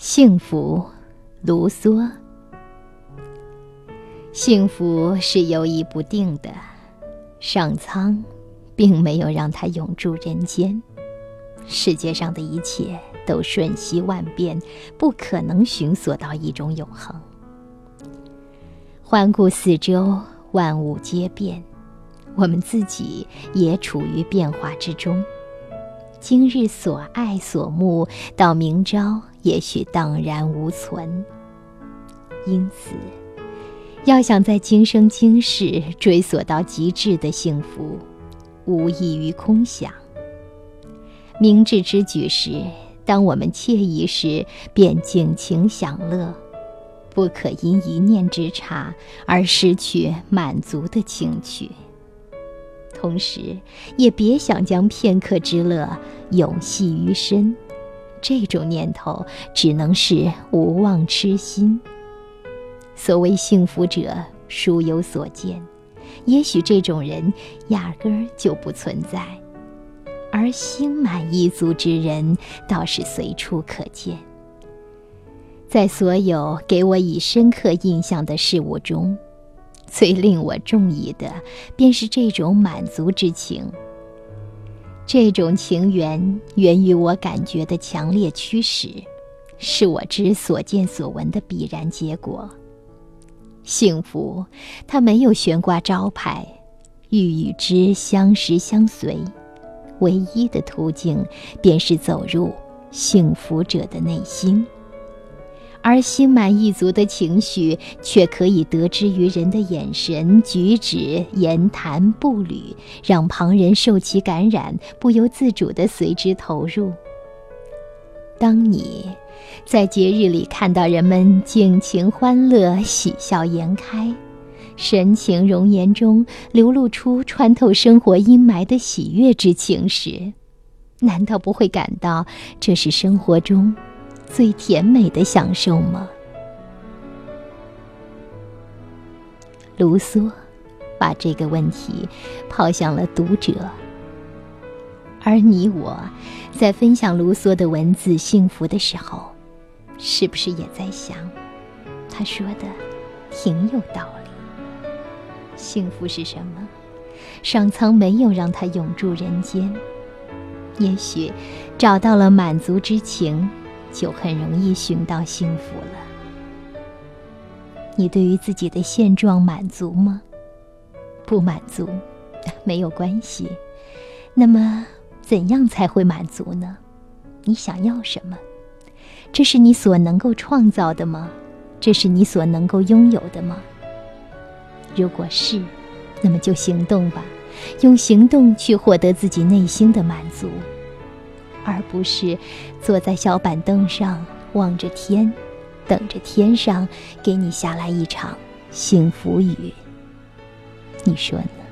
幸福，卢梭。幸福是游移不定的，上苍并没有让它永驻人间。世界上的一切都瞬息万变，不可能寻索到一种永恒。环顾四周，万物皆变，我们自己也处于变化之中。今日所爱所慕，到明朝也许荡然无存。因此，要想在今生今世追索到极致的幸福，无异于空想。明智之举是，当我们惬意时，便尽情享乐，不可因一念之差而失去满足的情趣。同时，也别想将片刻之乐永系于身，这种念头只能是无妄痴心。所谓幸福者，殊有所见，也许这种人压根儿就不存在，而心满意足之人倒是随处可见。在所有给我以深刻印象的事物中，最令我中意的便是这种满足之情。这种情缘源于我感觉的强烈驱使，是我知所见所闻的必然结果。幸福，它没有悬挂招牌，欲与之相识相随，唯一的途径便是走入幸福者的内心。而心满意足的情绪却可以得知于人的眼神、举止、言谈、步履，让旁人受其感染，不由自主地随之投入。当你在节日里看到人们尽情欢乐、喜笑颜开，神情容颜中流露出穿透生活阴霾的喜悦之情时，难道不会感到这是生活中最甜美的享受吗？卢梭把这个问题抛向了读者，而你我在分享卢梭的文字幸福的时候，是不是也在想，他说的挺有道理。幸福是什么？上苍没有让他永驻人间，也许找到了满足之情，就很容易寻到幸福了。你对于自己的现状满足吗？不满足，没有关系。那么，怎样才会满足呢？你想要什么？这是你所能够创造的吗？这是你所能够拥有的吗？如果是，那么就行动吧，用行动去获得自己内心的满足，而不是坐在小板凳上望着天，等着天上给你下来一场幸福雨。你说呢？